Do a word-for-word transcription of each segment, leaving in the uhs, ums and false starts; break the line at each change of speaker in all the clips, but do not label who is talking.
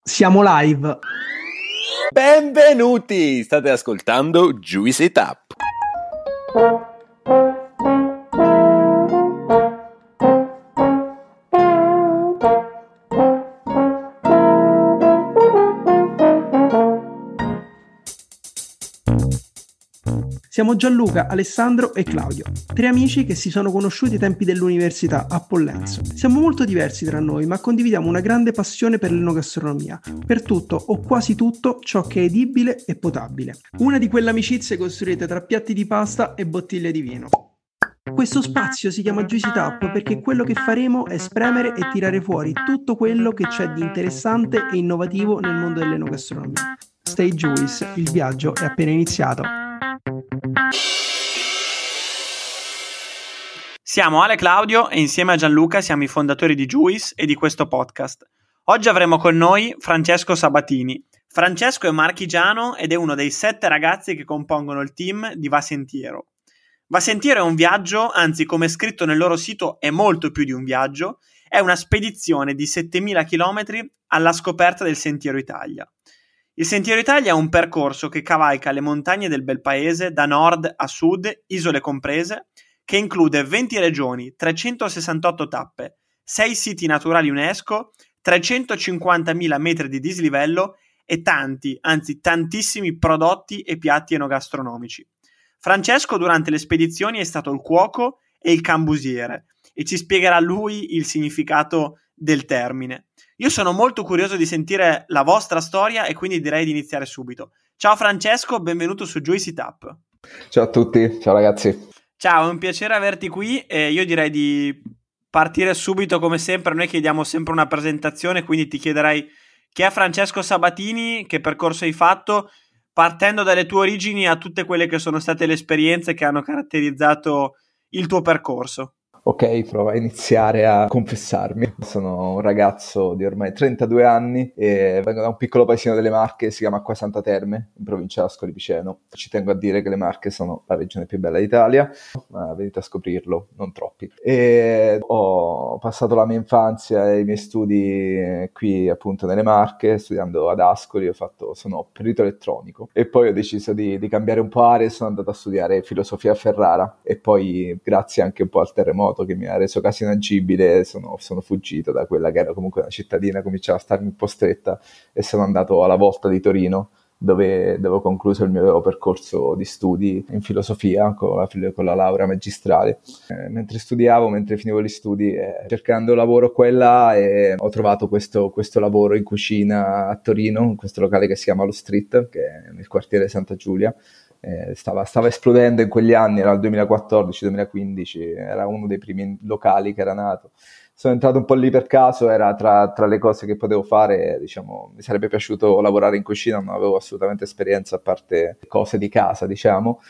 Siamo live.
Benvenuti! State ascoltando Juice It Up.
Siamo Gianluca, Alessandro e Claudio, tre amici che si sono conosciuti ai tempi dell'università a Pollenzo. Siamo molto diversi tra noi, ma condividiamo una grande passione per l'enogastronomia, per tutto o quasi tutto ciò che è edibile e potabile. Una di quelle amicizie costruite tra piatti di pasta e bottiglie di vino. Questo spazio si chiama Juice It Up perché quello che faremo è spremere e tirare fuori tutto quello che c'è di interessante e innovativo nel mondo dell'enogastronomia. Stay Juice, il viaggio è appena iniziato.
Siamo Ale e Claudio e insieme a Gianluca siamo i fondatori di Juice e di questo podcast. Oggi avremo con noi Francesco Sabatini. Francesco è marchigiano ed è uno dei sette ragazzi che compongono il team di Va Sentiero. Va Sentiero è un viaggio, anzi come è scritto nel loro sito è molto più di un viaggio, è una spedizione di settemila chilometri alla scoperta del Sentiero Italia. Il Sentiero Italia è un percorso che cavalca le montagne del bel paese da nord a sud, isole comprese, che include venti regioni, trecentosessantotto tappe, sei siti naturali UNESCO, trecentocinquantamila metri di dislivello e tanti, anzi tantissimi prodotti e piatti enogastronomici. Francesco durante le spedizioni è stato il cuoco e il cambusiere e ci spiegherà lui il significato del termine. Io sono molto curioso di sentire la vostra storia e quindi direi di iniziare subito. Ciao Francesco, benvenuto su Juice It Up.
Ciao a tutti, ciao ragazzi.
Ciao, è un piacere averti qui e io direi di partire subito come sempre. Noi chiediamo sempre una presentazione, quindi ti chiederei chi è Francesco Sabatini, che percorso hai fatto, partendo dalle tue origini a tutte quelle che sono state le esperienze che hanno caratterizzato il tuo percorso.
Ok, provo a iniziare a confessarmi. Sono un ragazzo di ormai trentadue anni e vengo da un piccolo paesino delle Marche, si chiama Acquasanta Terme, in provincia di Ascoli Piceno. Ci tengo a dire che le Marche sono la regione più bella d'Italia, ma venite a scoprirlo, non troppi. E ho passato la mia infanzia e i miei studi qui appunto nelle Marche, studiando ad Ascoli, ho fatto, sono perito elettronico e poi ho deciso di, di cambiare un po' area e sono andato a studiare filosofia a Ferrara e poi grazie anche un po' al terremoto che mi ha reso quasi inagibile, sono, sono fuggito da quella che era comunque una cittadina, cominciava a starmi un po' stretta e sono andato alla Volta di Torino dove, dove ho concluso il mio percorso di studi in filosofia con la, con la laurea magistrale. Eh, mentre studiavo, mentre finivo gli studi, eh, cercando lavoro qua e là, e ho trovato questo, questo lavoro in cucina a Torino, in questo locale che si chiama Lo Street, che è nel quartiere Santa Giulia. Eh, stava, stava esplodendo in quegli anni, era il duemilaquattordici duemilaquindici, era uno dei primi locali che era nato. Sono entrato un po' lì per caso, era tra, tra le cose che potevo fare, diciamo, mi sarebbe piaciuto lavorare in cucina, non avevo assolutamente esperienza a parte cose di casa, diciamo,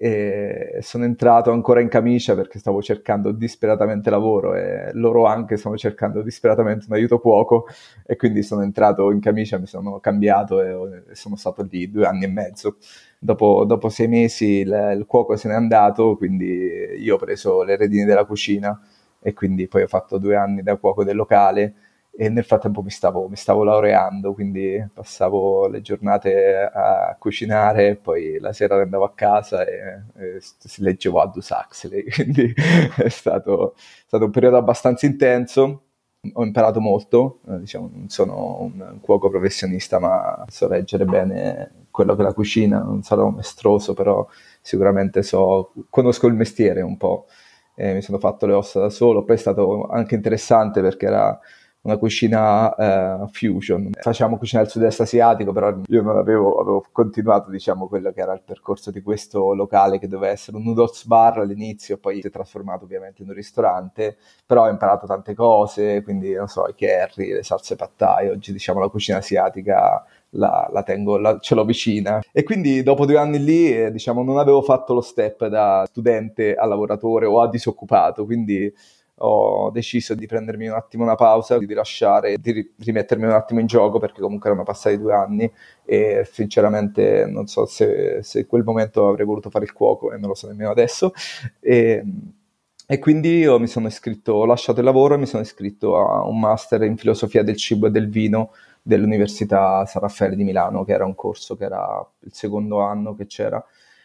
e sono entrato ancora in camicia perché stavo cercando disperatamente lavoro e loro anche stanno cercando disperatamente un aiuto cuoco e quindi sono entrato in camicia, mi sono cambiato e, e sono stato lì due anni e mezzo. Dopo, dopo sei mesi il, il cuoco se n'è andato, quindi io ho preso le redini della cucina e quindi poi ho fatto due anni da cuoco del locale e nel frattempo mi stavo, mi stavo laureando, quindi passavo le giornate a cucinare e poi la sera andavo a casa e, e leggevo Aldous Huxley, quindi è stato, è stato un periodo abbastanza intenso. Ho imparato molto, eh, diciamo, non sono un cuoco professionista, ma so reggere bene quello che è la cucina, non sarò maestoso, però sicuramente so, conosco il mestiere un po', eh, mi sono fatto le ossa da solo, poi è stato anche interessante perché era una cucina uh, fusion, facciamo cucina del sud-est asiatico, però io non avevo, avevo continuato diciamo quello che era il percorso di questo locale che doveva essere un noodles bar all'inizio, poi si è trasformato ovviamente in un ristorante, però ho imparato tante cose, quindi non so, i curry, le salse pad thai, oggi diciamo la cucina asiatica la, la tengo, la, ce l'ho vicina e quindi dopo due anni lì eh, diciamo non avevo fatto lo step da studente a lavoratore o a disoccupato, quindi ho deciso di prendermi un attimo una pausa, di rilasciare, di rimettermi un attimo in gioco perché comunque erano passati due anni e sinceramente non so se, se in quel momento avrei voluto fare il cuoco e non lo so nemmeno adesso e, e quindi io mi sono iscritto, ho lasciato il lavoro e mi sono iscritto a un master in filosofia del cibo e del vino dell'Università San Raffaele di Milano, che era un corso che era il secondo anno che c'era,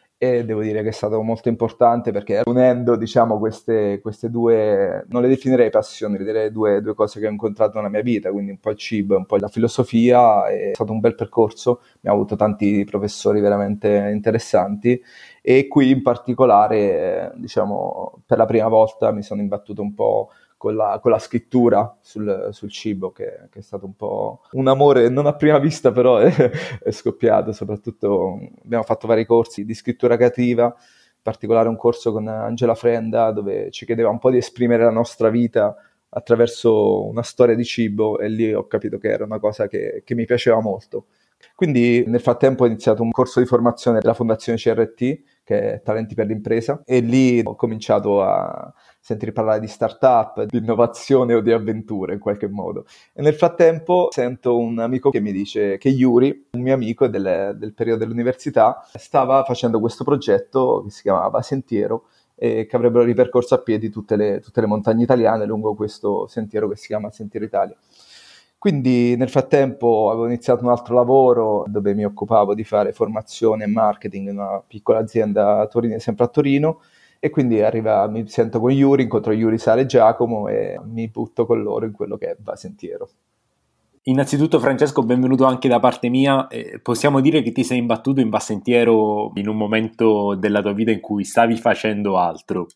e devo dire che è stato molto importante perché unendo, diciamo, queste, queste due, non le definirei passioni, le direi due, due cose che ho incontrato nella mia vita, quindi un po' il cibo e un po' la filosofia, è stato un bel percorso, abbiamo avuto tanti professori veramente interessanti e qui in particolare, diciamo, per la prima volta mi sono imbattuto un po' Con la, con la scrittura sul, sul cibo, che, che è stato un po' un amore non a prima vista, però è, è scoppiato. Soprattutto abbiamo fatto vari corsi di scrittura creativa, in particolare un corso con Angela Frenda, dove ci chiedeva un po' di esprimere la nostra vita attraverso una storia di cibo, e lì ho capito che era una cosa che, che mi piaceva molto. Quindi nel frattempo ho iniziato un corso di formazione della Fondazione C R T, che è Talenti per l'Impresa, e lì ho cominciato a sentire parlare di startup, di innovazione o di avventure in qualche modo. E nel frattempo sento un amico che mi dice che Yuri, un mio amico del, del periodo dell'università, stava facendo questo progetto che si chiamava Sentiero e che avrebbero ripercorso a piedi tutte le, tutte le montagne italiane lungo questo sentiero che si chiama Sentiero Italia. Quindi nel frattempo avevo iniziato un altro lavoro dove mi occupavo di fare formazione e marketing in una piccola azienda a Torino, sempre a Torino, e quindi arriva, mi sento con Yuri, incontro Yuri, Sara e Giacomo e mi butto con loro in quello che è Va Sentiero.
Innanzitutto Francesco, benvenuto anche da parte mia. Eh, possiamo dire che ti sei imbattuto in Va Sentiero in un momento della tua vita in cui stavi facendo altro.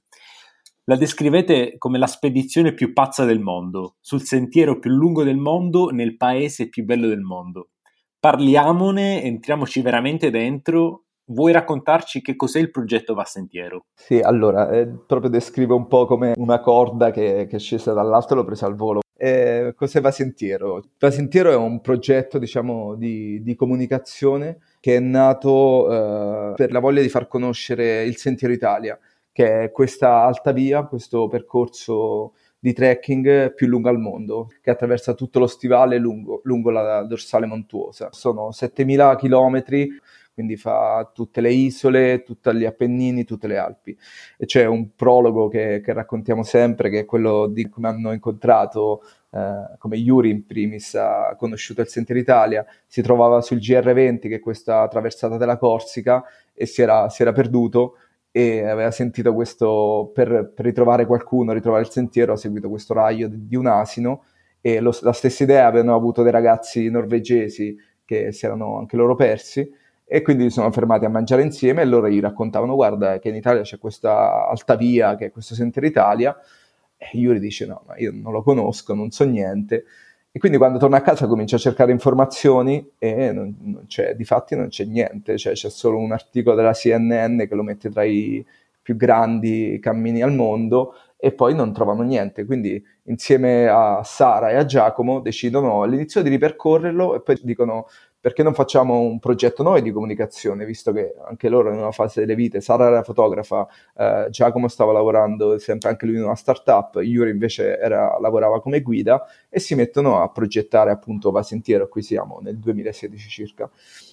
La descrivete come la spedizione più pazza del mondo, sul sentiero più lungo del mondo, nel paese più bello del mondo. Parliamone, entriamoci veramente dentro. Vuoi raccontarci che cos'è il progetto Va Sentiero?
Sì, allora, eh, proprio descrivo un po' come una corda che, che è scesa dall'alto e l'ho presa al volo. Eh, cos'è Va Sentiero? Va Sentiero è un progetto, diciamo, di, di comunicazione che è nato eh, per la voglia di far conoscere il Sentiero Italia, che è questa alta via, questo percorso di trekking più lungo al mondo, che attraversa tutto lo stivale lungo, lungo la dorsale montuosa. Sono settemila chilometri, quindi fa tutte le isole, tutti gli Appennini, tutte le Alpi. E c'è un prologo che, che raccontiamo sempre, che è quello di come hanno incontrato, eh, come Yuri in primis ha conosciuto il Sentiero Italia, si trovava sul G R venti, che è questa traversata della Corsica, e si era, si era perduto, e aveva sentito questo, per, per ritrovare qualcuno, ritrovare il sentiero, ha seguito questo raio di, di un asino, e lo, la stessa idea avevano avuto dei ragazzi norvegesi che si erano anche loro persi, e quindi si sono fermati a mangiare insieme e loro gli raccontavano: guarda che in Italia c'è questa alta via, che è questo Sentiero Italia, e Yuri dice no, ma io non lo conosco, non so niente. E quindi quando torna a casa comincia a cercare informazioni e non, non c'è, difatti non c'è niente, cioè c'è solo un articolo della C N N che lo mette tra i più grandi cammini al mondo, e poi non trovano niente. Quindi insieme a Sara e a Giacomo decidono all'inizio di ripercorrerlo e poi dicono: perché non facciamo un progetto noi di comunicazione, visto che anche loro in una fase delle vite, Sara era fotografa, eh, Giacomo stava lavorando sempre anche lui in una startup, Yuri invece era, lavorava come guida, e si mettono a progettare appunto Va Sentiero. Qui siamo nel duemilasedici circa,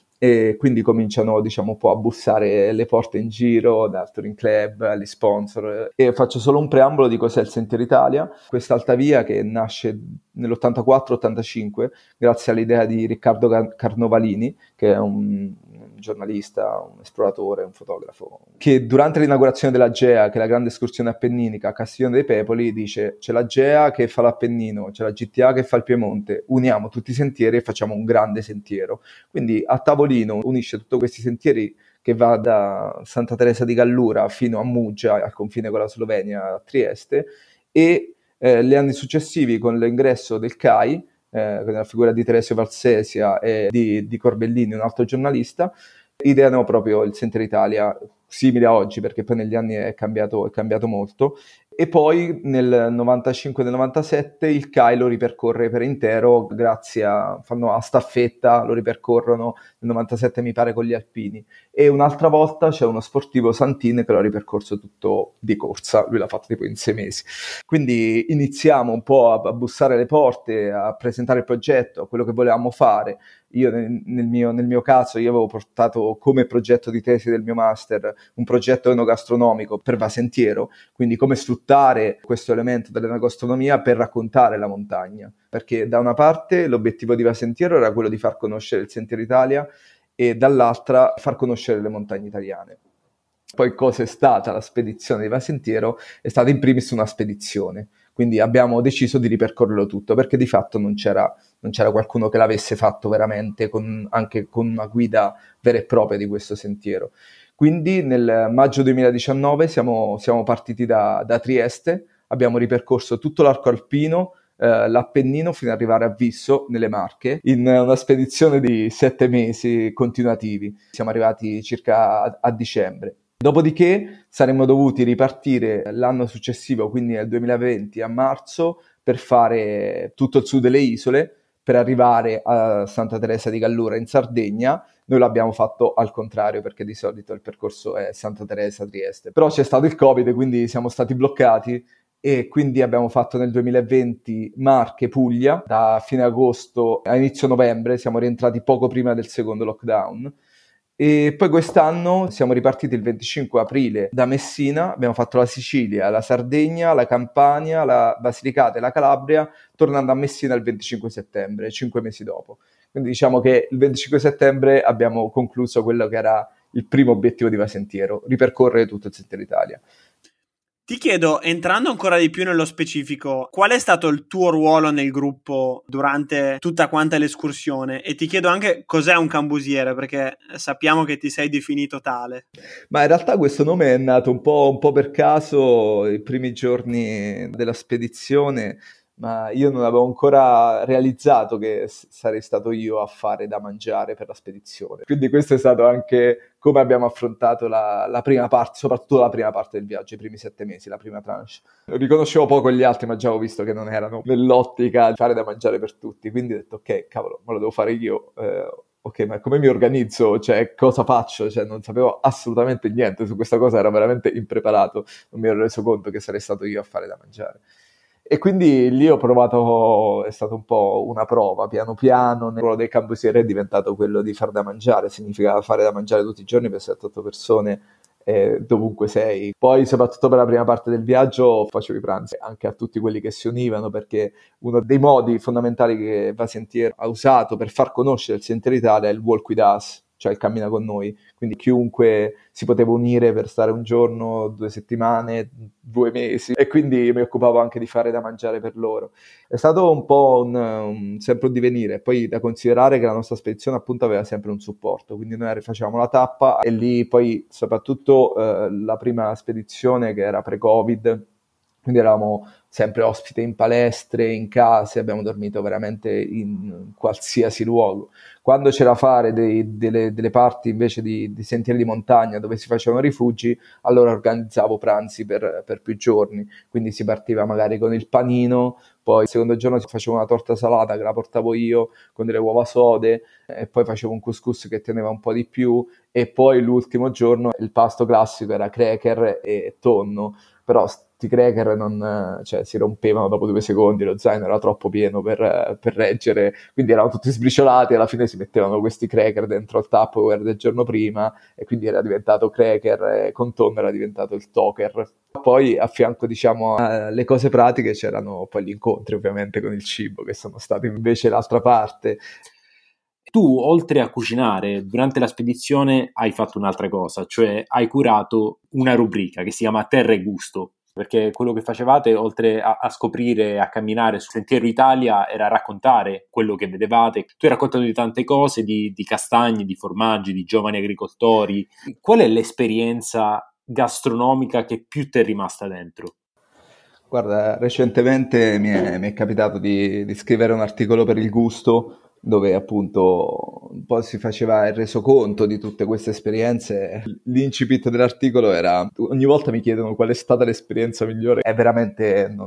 e quindi cominciano, diciamo, un po' a bussare le porte in giro dal Touring Club agli sponsor, e faccio solo un preambolo di cos'è il Sentiero Italia. Questa alta via che nasce nell'ottantaquattro ottantacinque grazie all'idea di Riccardo Carnovalini, che è un giornalista, un esploratore, un fotografo, che durante l'inaugurazione della Gea, che è la grande escursione appenninica a Castiglione dei Pepoli, dice: c'è la Gea che fa l'Appennino, c'è la G T A che fa il Piemonte, uniamo tutti i sentieri e facciamo un grande sentiero. Quindi a tavolino unisce tutti questi sentieri che va da Santa Teresa di Gallura fino a Muggia, al confine con la Slovenia, a Trieste, e eh, gli anni successivi, con l'ingresso del C A I, eh, con la figura di Teresio Valsesia e di, di Corbellini, un altro giornalista, ideano proprio il Sentiero Italia, simile a oggi, perché poi negli anni è cambiato, è cambiato molto. E poi nel novantacinque nel novantasette il C A I lo ripercorre per intero, grazie a, fanno a staffetta, lo ripercorrono nel novantasette mi pare con gli alpini, e un'altra volta c'è uno sportivo, Santin, che lo ha ripercorso tutto di corsa, lui l'ha fatto tipo in sei mesi. Quindi iniziamo un po' a, a bussare le porte, a presentare il progetto, quello che volevamo fare. Io nel, nel, mio, nel mio caso io avevo portato come progetto di tesi del mio master un progetto enogastronomico per Va Sentiero, quindi come sfruttare questo elemento dell'enogastronomia per raccontare la montagna, perché da una parte l'obiettivo di Va Sentiero era quello di far conoscere il Sentiero Italia e dall'altra far conoscere le montagne italiane. Poi cosa è stata la spedizione di Va Sentiero? È stata in primis una spedizione, quindi abbiamo deciso di ripercorrerlo tutto, perché di fatto non c'era, non c'era qualcuno che l'avesse fatto veramente, con, anche con una guida vera e propria di questo sentiero. Quindi nel maggio duemiladiciannove siamo, siamo partiti da, da Trieste, abbiamo ripercorso tutto l'arco alpino, eh, l'Appennino fino ad arrivare a Visso, nelle Marche, in una spedizione di sette mesi continuativi. Siamo arrivati circa a, a dicembre. Dopodiché saremmo dovuti ripartire l'anno successivo, quindi nel duemilaventi, a marzo, per fare tutto il sud delle isole, per arrivare a Santa Teresa di Gallura in Sardegna. Noi l'abbiamo fatto al contrario, perché di solito il percorso è Santa Teresa, Trieste. Però c'è stato il Covid, quindi siamo stati bloccati e quindi abbiamo fatto nel duemilaventi Marche, Puglia, da fine agosto a inizio novembre, siamo rientrati poco prima del secondo lockdown. E poi quest'anno siamo ripartiti il venticinque aprile da Messina, abbiamo fatto la Sicilia, la Sardegna, la Campania, la Basilicata e la Calabria, tornando a Messina il venticinque settembre, cinque mesi dopo. Quindi diciamo che il venticinque settembre abbiamo concluso quello che era il primo obiettivo di Va Sentiero, ripercorrere tutto il Sentiero Italia.
Ti chiedo, entrando ancora di più nello specifico, qual è stato il tuo ruolo nel gruppo durante tutta quanta l'escursione? E ti chiedo anche cos'è un cambusiere, perché sappiamo che ti sei definito tale.
Ma in realtà questo nome è nato un po', un po' per caso, i primi giorni della spedizione, ma io non avevo ancora realizzato che s- sarei stato io a fare da mangiare per la spedizione. Quindi questo è stato anche come abbiamo affrontato la, la prima parte, soprattutto la prima parte del viaggio, i primi sette mesi, la prima tranche. Riconoscevo poco gli altri, ma già ho visto che non erano nell'ottica di fare da mangiare per tutti, quindi ho detto ok, cavolo, me lo devo fare io. Eh, ok, ma come mi organizzo? Cioè, cosa faccio? Cioè, non sapevo assolutamente niente su questa cosa, ero veramente impreparato, non mi ero reso conto che sarei stato io a fare da mangiare. E quindi lì ho provato, è stata un po' una prova, piano piano, il ruolo del cambusiere è diventato quello di far da mangiare, significa fare da mangiare tutti i giorni per sette otto persone, eh, dovunque sei. Poi soprattutto per la prima parte del viaggio facevo i pranzi anche a tutti quelli che si univano, perché uno dei modi fondamentali che Va Sentiero ha usato per far conoscere il Sentiero Italia è il Walk With Us, cioè il cammina con noi, quindi chiunque si poteva unire per stare un giorno, due settimane, due mesi, e quindi mi occupavo anche di fare da mangiare per loro. È stato un po' un, un sempre un divenire, poi da considerare che la nostra spedizione appunto aveva sempre un supporto, quindi noi facevamo la tappa e lì poi soprattutto eh, la prima spedizione che era pre-Covid, quindi eravamo sempre ospite in palestre, in case, abbiamo dormito veramente in qualsiasi luogo. Quando c'era da fare dei, delle, delle parti invece di, di sentieri di montagna dove si facevano rifugi, allora organizzavo pranzi per, per più giorni, quindi si partiva magari con il panino, poi il secondo giorno si faceva una torta salata che la portavo io con delle uova sode, e poi facevo un couscous che teneva un po' di più, e poi l'ultimo giorno il pasto classico era cracker e tonno, però sti cracker non, cioè, si rompevano dopo due secondi, lo zaino era troppo pieno per, per reggere, quindi erano tutti sbriciolati e alla fine si mettevano questi cracker dentro il Tupperware del giorno prima e quindi era diventato cracker, e con tonno era diventato il toker. Poi a fianco, diciamo, alle cose pratiche c'erano poi gli incontri ovviamente con il cibo, che sono stati invece l'altra parte.
Tu, oltre a cucinare, durante la spedizione hai fatto un'altra cosa, cioè hai curato una rubrica che si chiama Terra e Gusto, perché quello che facevate, oltre a, a scoprire, a camminare sul Sentiero Italia, era raccontare quello che vedevate. Tu hai raccontato di tante cose, di, di castagni, di formaggi, di giovani agricoltori. Qual è l'esperienza gastronomica che più ti è rimasta dentro?
Guarda, recentemente mi è, mi è capitato di, di scrivere un articolo per Il Gusto, dove appunto un po' si faceva il resoconto di tutte queste esperienze. L'incipit dell'articolo era: ogni volta mi chiedono qual è stata l'esperienza migliore e veramente non,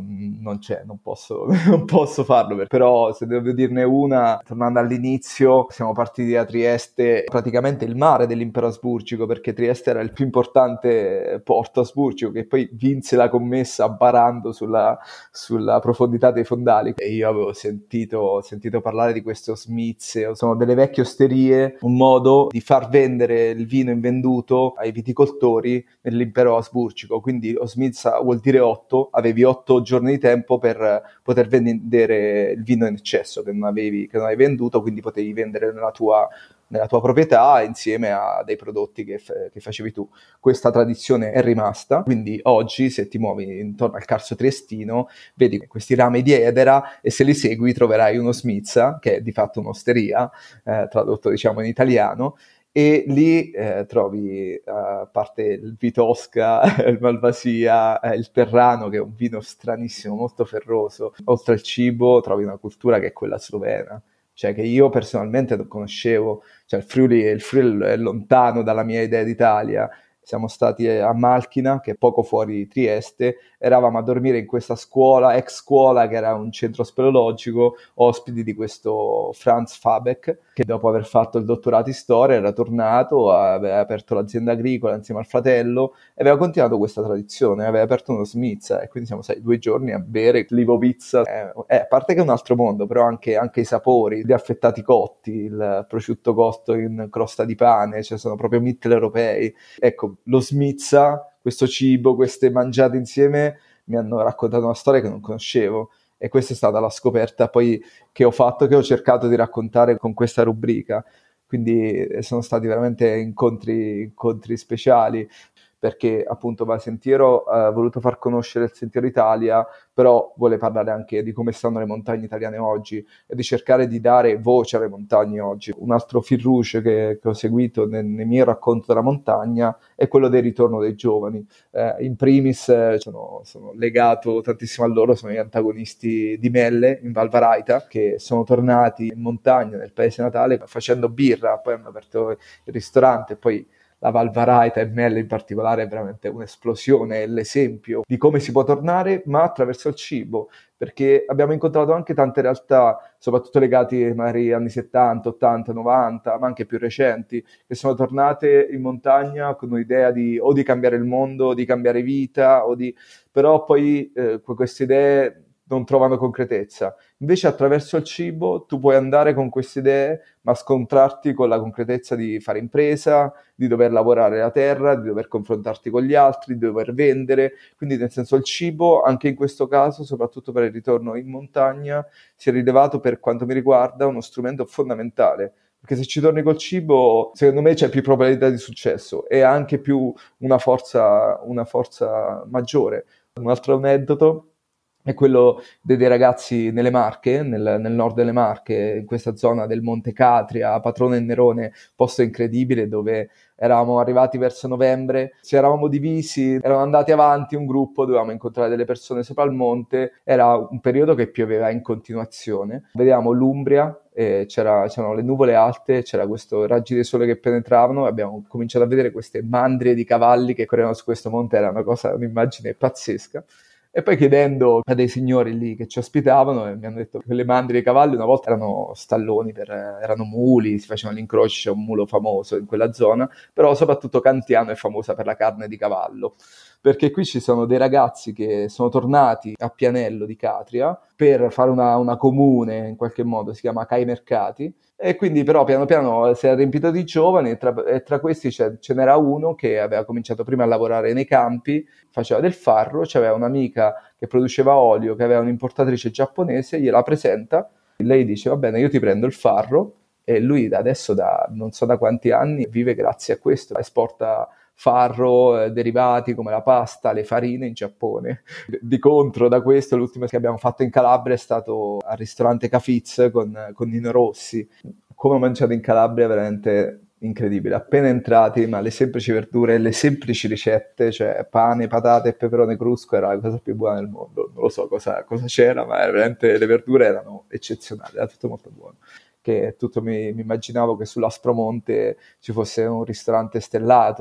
non c'è, non posso, non posso farlo, però se devo dirne una, tornando all'inizio, siamo partiti da Trieste, praticamente il mare dell'impero asburgico, perché Trieste era il più importante porto asburgico, che poi vinse la commessa barando sulla, sulla profondità dei fondali, e io avevo sentito, sentito parlare di questo smizze, sono delle vecchie osterie, un modo di far vendere il vino invenduto ai viticoltori nell'impero asburgico, quindi osmizza vuol dire otto, avevi otto giorni di tempo per poter vendere il vino in eccesso che non avevi, che non avevi venduto, quindi potevi vendere nella tua, nella tua proprietà insieme a dei prodotti che, f- che facevi tu. Questa tradizione è rimasta, quindi oggi se ti muovi intorno al Carso Triestino vedi questi rami di edera e se li segui troverai uno smizza, che è di fatto un'osteria, eh, tradotto diciamo in italiano, e lì eh, trovi eh, a parte il Vitosca, il Malvasia, eh, il Terrano, che è un vino stranissimo, molto ferroso. Oltre al cibo trovi una cultura che è quella slovena, cioè che io personalmente non conoscevo, cioè il Friuli, il Friuli è lontano dalla mia idea d'Italia. Siamo stati a Malchina, che è poco fuori Trieste, eravamo a dormire in questa scuola, ex scuola, che era un centro speleologico, ospiti di questo Franz Fabeck, che dopo aver fatto il dottorato in storia era tornato, aveva aperto l'azienda agricola insieme al fratello, e aveva continuato questa tradizione, aveva aperto uno smizza, e quindi siamo stati due giorni a bere l'ivopizza, eh, eh, a parte che è un altro mondo, però anche, anche i sapori, gli affettati cotti, il prosciutto cotto in crosta di pane, cioè sono proprio mitteleuropei. Ecco, lo smizza, questo cibo, queste mangiate insieme mi hanno raccontato una storia che non conoscevo, e questa è stata la scoperta poi che ho fatto, che ho cercato di raccontare con questa rubrica. Quindi sono stati veramente incontri, incontri speciali, perché appunto Va Sentiero ha voluto far conoscere il Sentiero Italia, però vuole parlare anche di come stanno le montagne italiane oggi e di cercare di dare voce alle montagne oggi. Un altro fil rouge che, che ho seguito nel, nel mio racconto della montagna è quello del ritorno dei giovani. Eh, in primis eh, sono, sono legato tantissimo a loro, sono gli antagonisti di Melle in Val Varaita, che sono tornati in montagna nel paese natale facendo birra, poi hanno aperto il ristorante, poi la Val Varaita e Melle in particolare è veramente un'esplosione, è l'esempio di come si può tornare, ma attraverso il cibo, perché abbiamo incontrato anche tante realtà, soprattutto legate magari anni settanta, ottanta, novanta, ma anche più recenti, che sono tornate in montagna con un'idea di o di cambiare il mondo, o di cambiare vita, o di... però poi eh, queste idee non trovano concretezza. Invece attraverso il cibo tu puoi andare con queste idee, ma scontrarti con la concretezza di fare impresa, di dover lavorare la terra, di dover confrontarti con gli altri, di dover vendere. Quindi nel senso il cibo, anche in questo caso, soprattutto per il ritorno in montagna, si è rilevato per quanto mi riguarda uno strumento fondamentale. Perché se ci torni col cibo, secondo me c'è più probabilità di successo e anche più una forza, una forza maggiore. Un altro aneddoto è quello dei, dei ragazzi nelle Marche, nel, nel nord delle Marche, in questa zona del Monte Catria, Patrone e Nerone, posto incredibile dove eravamo arrivati verso novembre, ci eravamo divisi, eravamo andati avanti un gruppo, dovevamo incontrare delle persone sopra il monte, era un periodo che pioveva in continuazione, vedevamo l'Umbria, eh, c'era, c'erano le nuvole alte, c'era questo raggi di sole che penetravano e abbiamo cominciato a vedere queste mandrie di cavalli che correvano su questo monte, era una cosa, un'immagine pazzesca. E poi chiedendo a dei signori lì che ci ospitavano, mi hanno detto che quelle mandrie dei cavalli una volta erano stalloni, per, erano muli, si facevano gli incroci, c'è un mulo famoso in quella zona, però soprattutto Cantiano è famosa per la carne di cavallo, perché qui ci sono dei ragazzi che sono tornati a Pianello di Catria per fare una, una comune, in qualche modo, si chiama Cai Mercati, e quindi però piano piano si è riempito di giovani e tra, e tra questi ce, ce n'era uno che aveva cominciato prima a lavorare nei campi, faceva del farro, c'aveva un'amica che produceva olio, che aveva un'importatrice giapponese, gliela presenta, lei dice va bene io ti prendo il farro, e lui adesso da non so da quanti anni vive grazie a questo, esporta farro, eh, derivati come la pasta, le farine in Giappone. Di contro da questo l'ultimo che abbiamo fatto in Calabria è stato al ristorante Cafiz con, con Nino Rossi. Come ho mangiato in Calabria veramente incredibile, appena entrati, ma le semplici verdure, le semplici ricette, cioè pane, patate e peperone crusco era la cosa più buona del mondo, non lo so cosa, cosa c'era, ma veramente le verdure erano eccezionali, era tutto molto buono. Che tutto mi, mi immaginavo che sull'Aspromonte ci fosse un ristorante stellato,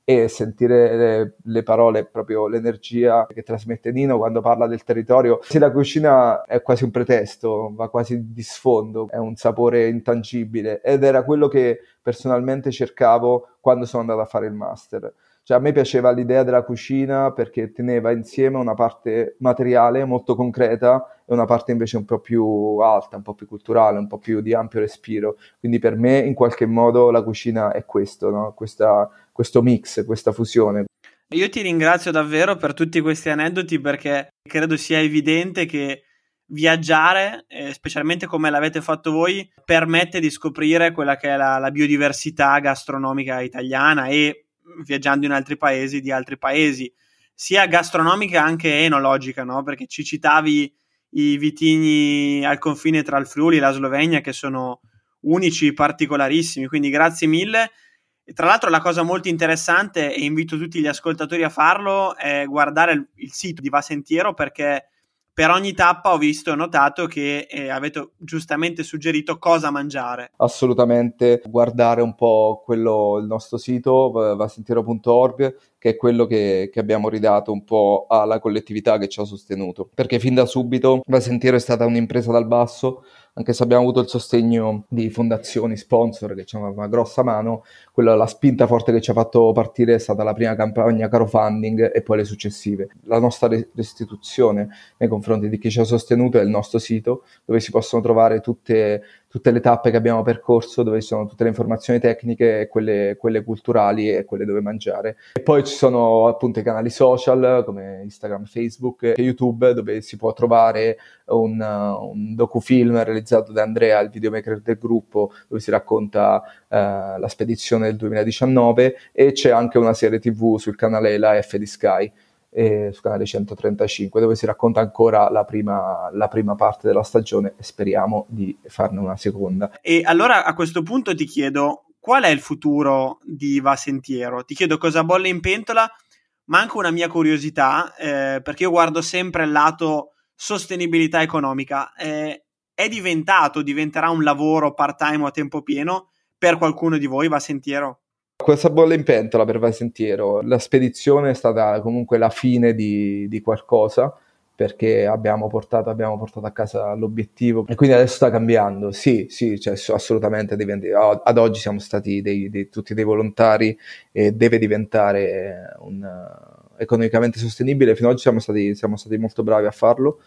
e sentire le, le parole, proprio l'energia che trasmette Nino quando parla del territorio. Sì, la cucina è quasi un pretesto, va quasi di sfondo, è un sapore intangibile ed era quello che personalmente cercavo quando sono andato a fare il master. Cioè a me piaceva l'idea della cucina perché teneva insieme una parte materiale molto concreta e una parte invece un po' più alta, un po' più culturale, un po' più di ampio respiro. Quindi per me in qualche modo la cucina è questo, no? Questa, questo mix, questa fusione.
Io ti ringrazio davvero per tutti questi aneddoti perché credo sia evidente che viaggiare, eh, specialmente come l'avete fatto voi, permette di scoprire quella che è la, la biodiversità gastronomica italiana e viaggiando in altri paesi di altri paesi, sia gastronomica anche enologica, no? Perché ci citavi i vitigni al confine tra il Friuli e la Slovenia che sono unici, particolarissimi, quindi grazie mille. E tra l'altro la cosa molto interessante, e invito tutti gli ascoltatori a farlo, è guardare il, il sito di Va Sentiero, perché per ogni tappa ho visto e notato che eh, avete giustamente suggerito cosa mangiare.
Assolutamente, guardare un po' quello, il nostro sito va sentiero punto org, che è quello che, che abbiamo ridato un po' alla collettività che ci ha sostenuto, perché fin da subito Va Sentiero è stata un'impresa dal basso, anche se abbiamo avuto il sostegno di fondazioni, sponsor che ci hanno dato una grossa mano. Quella, la spinta forte che ci ha fatto partire è stata la prima campagna crowdfunding e poi le successive. La nostra restituzione nei confronti di chi ci ha sostenuto è il nostro sito, dove si possono trovare tutte, tutte le tappe che abbiamo percorso, dove ci sono tutte le informazioni tecniche, quelle, quelle culturali e quelle dove mangiare. E poi ci sono appunto i canali social come Instagram, Facebook e YouTube, dove si può trovare un, un docufilm realizzato da Andrea, il videomaker del gruppo, dove si racconta eh, la spedizione del duemiladiciannove, e c'è anche una serie tivù sul canale La F di Sky, e sul canale centotrentacinque, dove si racconta ancora la prima, la prima parte della stagione e speriamo di farne una seconda.
E allora a questo punto ti chiedo, qual è il futuro di Va Sentiero? Ti chiedo cosa bolle in pentola, ma anche una mia curiosità, eh, perché io guardo sempre il lato sostenibilità economica. Eh, è diventato, diventerà un lavoro part-time o a tempo pieno per qualcuno di voi, Va Sentiero?
Questa bolla in pentola per Va Sentiero, la spedizione è stata comunque la fine di, di qualcosa, perché abbiamo portato, abbiamo portato a casa l'obiettivo e quindi adesso sta cambiando. Sì, sì, cioè, assolutamente diventi, ad oggi siamo stati dei, dei, tutti dei volontari e deve diventare un, uh, economicamente sostenibile. Fino ad oggi siamo stati, siamo stati molto bravi a farlo.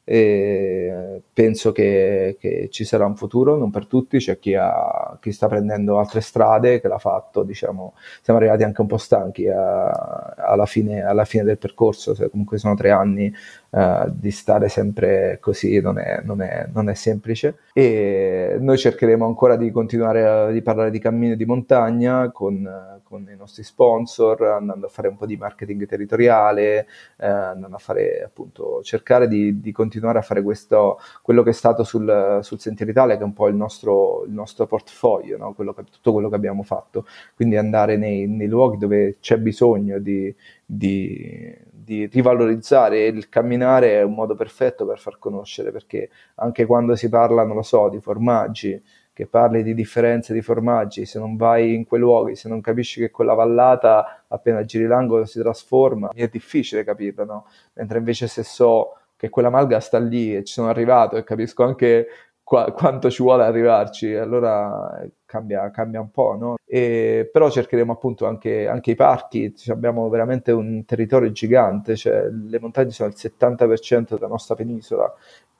E penso che, che ci sarà un futuro, non per tutti, c'è chi, ha, chi sta prendendo altre strade, che l'ha fatto, diciamo, siamo arrivati anche un po' stanchi a, alla, fine, alla fine del percorso, cioè, comunque sono tre anni uh, di stare sempre così, non è, non, è, non è semplice, e noi cercheremo ancora di continuare a di parlare di cammini di montagna con, con i nostri sponsor, andando a fare un po' di marketing territoriale, eh, andando a fare appunto, cercare di, di continuare a fare questo, quello che è stato sul, sul Sentiero Italia, che è un po' il nostro, il nostro portfolio, no? Quello che, tutto quello che abbiamo fatto, quindi andare nei, nei luoghi dove c'è bisogno di, di, di rivalorizzare. Il camminare è un modo perfetto per far conoscere, perché anche quando si parla, non lo so, di formaggi, che parli di differenze di formaggi, se non vai in quei luoghi, se non capisci che quella vallata appena giri l'angolo si trasforma, è difficile capirlo, no? Mentre invece se so che quella malga sta lì e ci sono arrivato e capisco anche qua, quanto ci vuole arrivarci, allora cambia, cambia un po', no? E, però cercheremo appunto anche, anche i parchi, cioè abbiamo veramente un territorio gigante, cioè le montagne sono il settanta per cento della nostra penisola,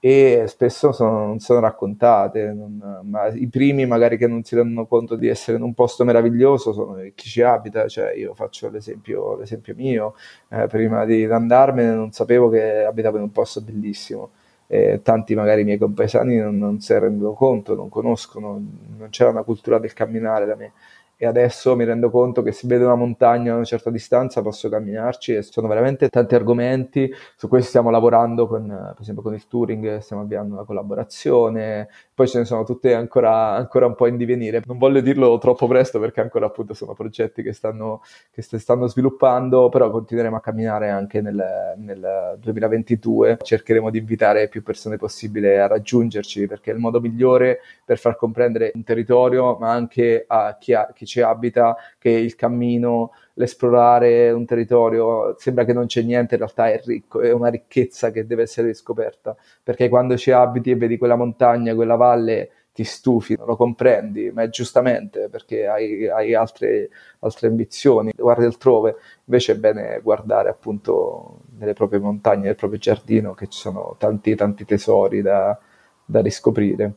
e spesso sono, non sono raccontate, non, ma i primi magari che non si rendono conto di essere in un posto meraviglioso sono chi ci abita. Cioè io faccio l'esempio, l'esempio mio, eh, prima di andarmene non sapevo che abitavo in un posto bellissimo, e tanti magari miei compaesani non, non si rendono conto, non conoscono, non c'era una cultura del camminare da me. E adesso mi rendo conto che se vedo una montagna a una certa distanza posso camminarci, e sono veramente tanti argomenti su cui stiamo lavorando, con, per esempio con il touring stiamo avviando una collaborazione, poi ce ne sono tutte ancora, ancora un po' in divenire. Non voglio dirlo troppo presto perché ancora appunto sono progetti che stanno, che si stanno sviluppando, però continueremo a camminare anche nel, nel duemilaventidue, cercheremo di invitare più persone possibile a raggiungerci, perché è il modo migliore per far comprendere un territorio, ma anche a chi, ha, chi ci abita, che il cammino, l'esplorare un territorio, sembra che non c'è niente, in realtà è ricco, è una ricchezza che deve essere riscoperta, perché quando ci abiti e vedi quella montagna, quella valle, ti stufi, non lo comprendi, ma è giustamente perché hai, hai altre, altre ambizioni, guardi altrove, invece è bene guardare appunto nelle proprie montagne, nel proprio giardino, che ci sono tanti tanti tesori da, da riscoprire.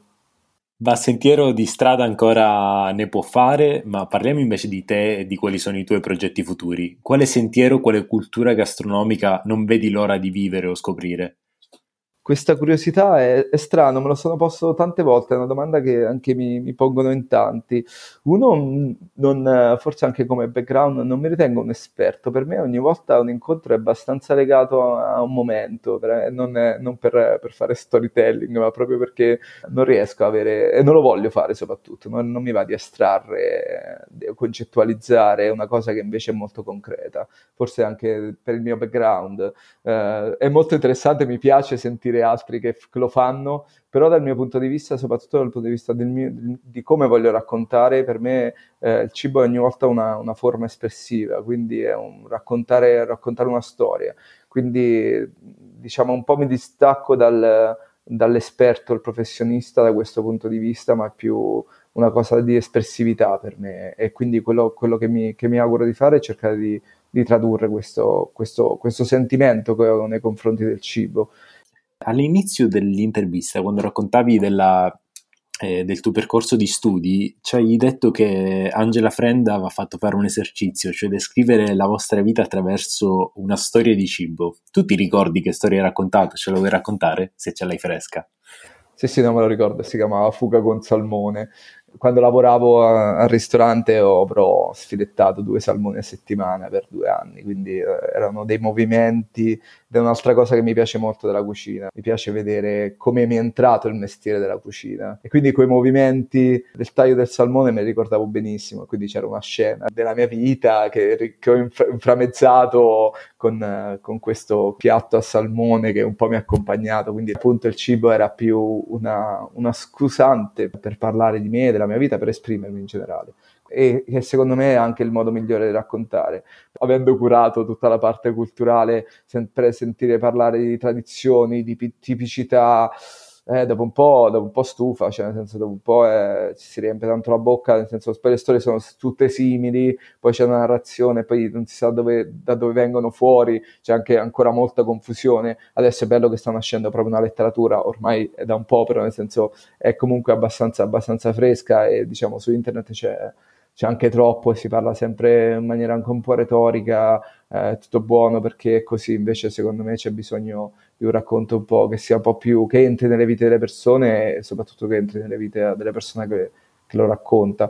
Va sentiero di strada ancora ne può fare, ma parliamo invece di te e di quali sono i tuoi progetti futuri. Quale sentiero, quale cultura gastronomica non vedi l'ora di vivere o scoprire?
Questa curiosità è, è strano, me lo sono posto tante volte, è una domanda che anche mi, mi pongono in tanti. Uno, non, forse anche come background, non mi ritengo un esperto, per me ogni volta un incontro è abbastanza legato a un momento, per, non, è, non per, per fare storytelling, ma proprio perché non riesco a avere, e non lo voglio fare soprattutto, non, non mi va di astrarre, di concettualizzare una cosa che invece è molto concreta, forse anche per il mio background. Eh, è molto interessante, mi piace sentire altri che, f- che lo fanno, però dal mio punto di vista, soprattutto dal punto di vista del mio, di come voglio raccontare, per me eh, il cibo è ogni volta una, una forma espressiva, quindi è un raccontare, raccontare una storia, quindi diciamo un po' mi distacco dal, dall'esperto, il professionista da questo punto di vista, ma è più una cosa di espressività per me, e quindi quello, quello che, mi, che mi auguro di fare è cercare di di tradurre questo, questo, questo sentimento che ho nei confronti del cibo.
All'inizio dell'intervista, quando raccontavi della, eh, del tuo percorso di studi, ci hai detto che Angela Friend aveva fatto fare un esercizio, cioè descrivere la vostra vita attraverso una storia di cibo. Tu ti ricordi che storia hai raccontato? Ce la vuoi raccontare, se ce l'hai fresca?
Sì, sì, non me lo ricordo, si chiamava Fuga con salmone. Quando lavoravo a- al ristorante ho avrò sfilettato due salmoni a settimana per due anni, quindi eh, erano dei movimenti, ed è un'altra cosa che mi piace molto della cucina. Mi piace vedere come mi è entrato il mestiere della cucina. E quindi quei movimenti del taglio del salmone me li ricordavo benissimo, quindi c'era una scena della mia vita che, che ho inf- inframezzato con, eh, con questo piatto a salmone che un po' mi ha accompagnato, quindi appunto il cibo era più una, una scusante per parlare di me, della mia vita, per esprimermi in generale, e che secondo me è anche il modo migliore di raccontare. Avendo curato tutta la parte culturale, sempre sentire parlare di tradizioni, di pi- tipicità, eh, dopo un po', dopo un po' stufa, cioè nel senso dopo un po' eh, ci si riempie tanto la bocca, nel senso poi le storie sono tutte simili, poi c'è una narrazione, poi non si sa dove, da dove vengono fuori, c'è anche ancora molta confusione. Adesso è bello che sta nascendo proprio una letteratura, ormai è da un po', però nel senso è comunque abbastanza, abbastanza fresca, e diciamo su internet c'è, c'è anche troppo e si parla sempre in maniera anche un po' retorica, eh, tutto buono perché è così. Invece secondo me c'è bisogno di un racconto un po' che sia un po' più, che entri nelle vite delle persone, e soprattutto che entri nelle vite delle persone che, che lo racconta.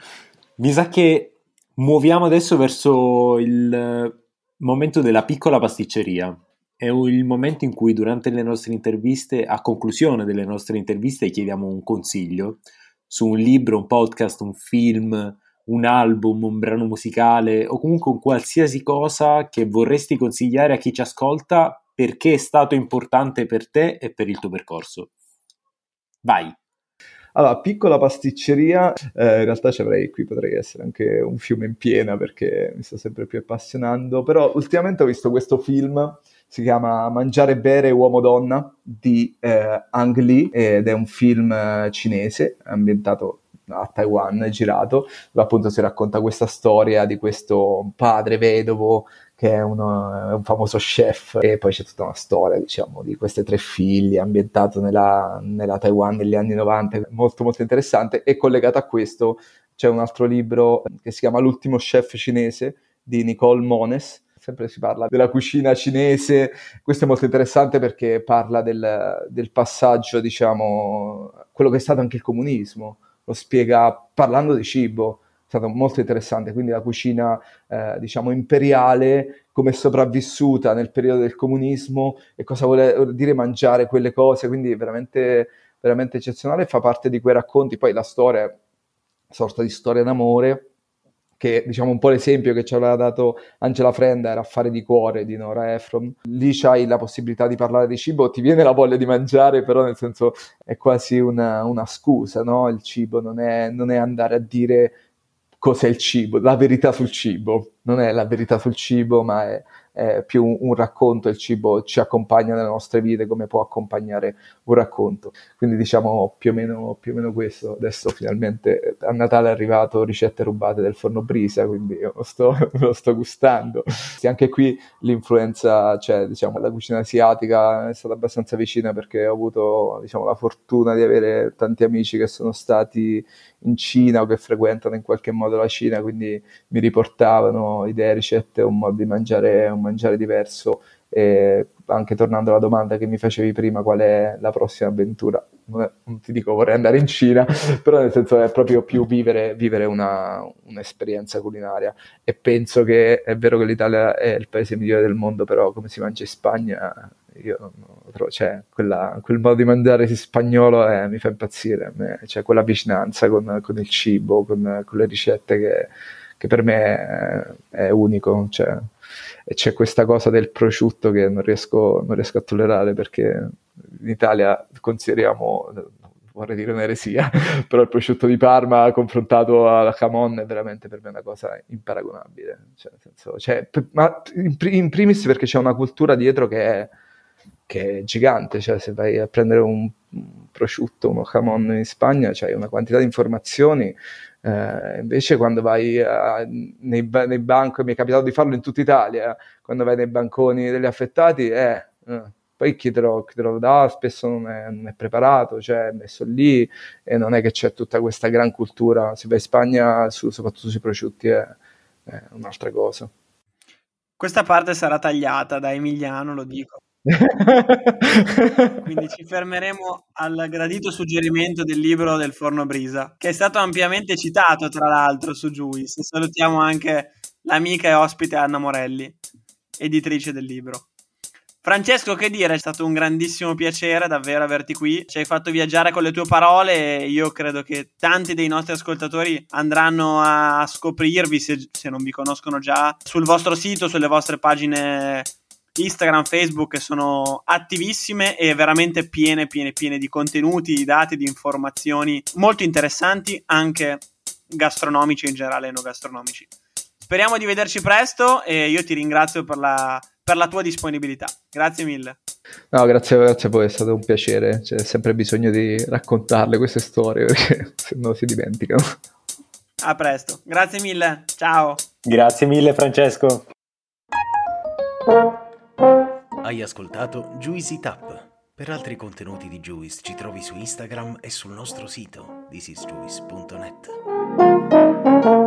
Mi sa che muoviamo adesso verso il momento della piccola pasticceria. È il momento in cui durante le nostre interviste, a conclusione delle nostre interviste, chiediamo un consiglio su un libro, un podcast, un film, un album, un brano musicale o comunque un qualsiasi cosa che vorresti consigliare a chi ci ascolta perché è stato importante per te e per il tuo percorso. Vai!
Allora, piccola pasticceria, eh, in realtà ci avrei, qui potrei essere anche un fiume in piena perché mi sto sempre più appassionando, però ultimamente ho visto questo film, si chiama Mangiare, bere, uomo-donna di eh, Ang Lee, ed è un film eh, cinese ambientato a Taiwan, girato, dove appunto si racconta questa storia di questo padre vedovo che è, uno, è un famoso chef, e poi c'è tutta una storia, diciamo, di queste tre figlie ambientato nella, nella Taiwan degli anni novanta, molto molto interessante. E collegato a questo c'è un altro libro che si chiama L'ultimo chef cinese di Nicole Mones, sempre si parla della cucina cinese. Questo è molto interessante perché parla del, del passaggio, diciamo, quello che è stato anche il comunismo, lo spiega parlando di cibo. È stato molto interessante, quindi la cucina eh, diciamo imperiale, come è sopravvissuta nel periodo del comunismo e cosa vuole dire mangiare quelle cose, quindi veramente, veramente eccezionale. Fa parte di quei racconti. Poi la storia è una sorta di storia d'amore, che diciamo un po' l'esempio che ci aveva dato Angela Friend era Affari di cuore di Nora Ephron. Lì c'hai la possibilità di parlare di cibo, ti viene la voglia di mangiare, però nel senso è quasi una, una scusa, no? Il cibo non è, non è andare a dire cos'è il cibo, la verità sul cibo. Non è la verità sul cibo, ma è, è più un, un racconto. Il cibo ci accompagna nelle nostre vite come può accompagnare un racconto. Quindi diciamo più o meno, più o meno questo. Adesso finalmente a Natale è arrivato ricette rubate del forno Brisa, quindi io lo sto, lo sto gustando. Sì, anche qui l'influenza, cioè diciamo la cucina asiatica è stata abbastanza vicina, perché ho avuto diciamo la fortuna di avere tanti amici che sono stati in Cina o che frequentano in qualche modo la Cina, quindi mi riportavano idee, ricette, un modo di mangiare, un mangiare diverso. E anche tornando alla domanda che mi facevi prima, qual è la prossima avventura, non, è, non ti dico vorrei andare in Cina, però nel senso è proprio più vivere, vivere una, un'esperienza culinaria. E penso che è vero che l'Italia è il paese migliore del mondo, però come si mangia in Spagna io non, non trovo, cioè quella, quel modo di mangiare spagnolo eh, mi fa impazzire a me, cioè quella vicinanza con, con il cibo, con, con le ricette che, che per me è, è unico, cioè, e c'è questa cosa del prosciutto che non riesco, non riesco a tollerare, perché in Italia consideriamo, vorrei dire un'eresia, però il prosciutto di Parma confrontato alla Camon è veramente per me una cosa imparagonabile, cioè, nel senso, cioè, ma in, in primis perché c'è una cultura dietro che è che è gigante, cioè se vai a prendere un, un prosciutto, uno jamon in Spagna c'hai una quantità di informazioni, eh, invece quando vai a, nei, nei banconi, mi è capitato di farlo in tutta Italia, quando vai nei banconi degli affettati, eh, eh, poi chi te, lo, chi te lo dà spesso non è, non è preparato, cioè è messo lì, e non è che c'è tutta questa gran cultura. Se vai in Spagna, su, soprattutto sui prosciutti, è, è un'altra cosa.
Questa parte sarà tagliata da Emiliano, lo dico. Quindi ci fermeremo al gradito suggerimento del libro del forno Brisa, che è stato ampiamente citato tra l'altro su Juice. Salutiamo anche l'amica e ospite Anna Morelli, editrice del libro. Francesco, che dire, è stato un grandissimo piacere davvero averti qui, ci hai fatto viaggiare con le tue parole e io credo che tanti dei nostri ascoltatori andranno a scoprirvi, se, se non vi conoscono già, sul vostro sito, sulle vostre pagine Instagram, Facebook, che sono attivissime e veramente piene, piene, piene di contenuti, di dati, di informazioni molto interessanti, anche gastronomici e in generale enogastronomici. Speriamo di vederci presto e io ti ringrazio per la, per la tua disponibilità. Grazie mille.
No, grazie, grazie a voi, è stato un piacere. C'è sempre bisogno di raccontarle queste storie, perché se no si dimenticano.
A presto. Grazie mille. Ciao.
Grazie mille, Francesco.
Hai ascoltato Juice It Up. Per altri contenuti di Juice ci trovi su Instagram e sul nostro sito this is juice punto net.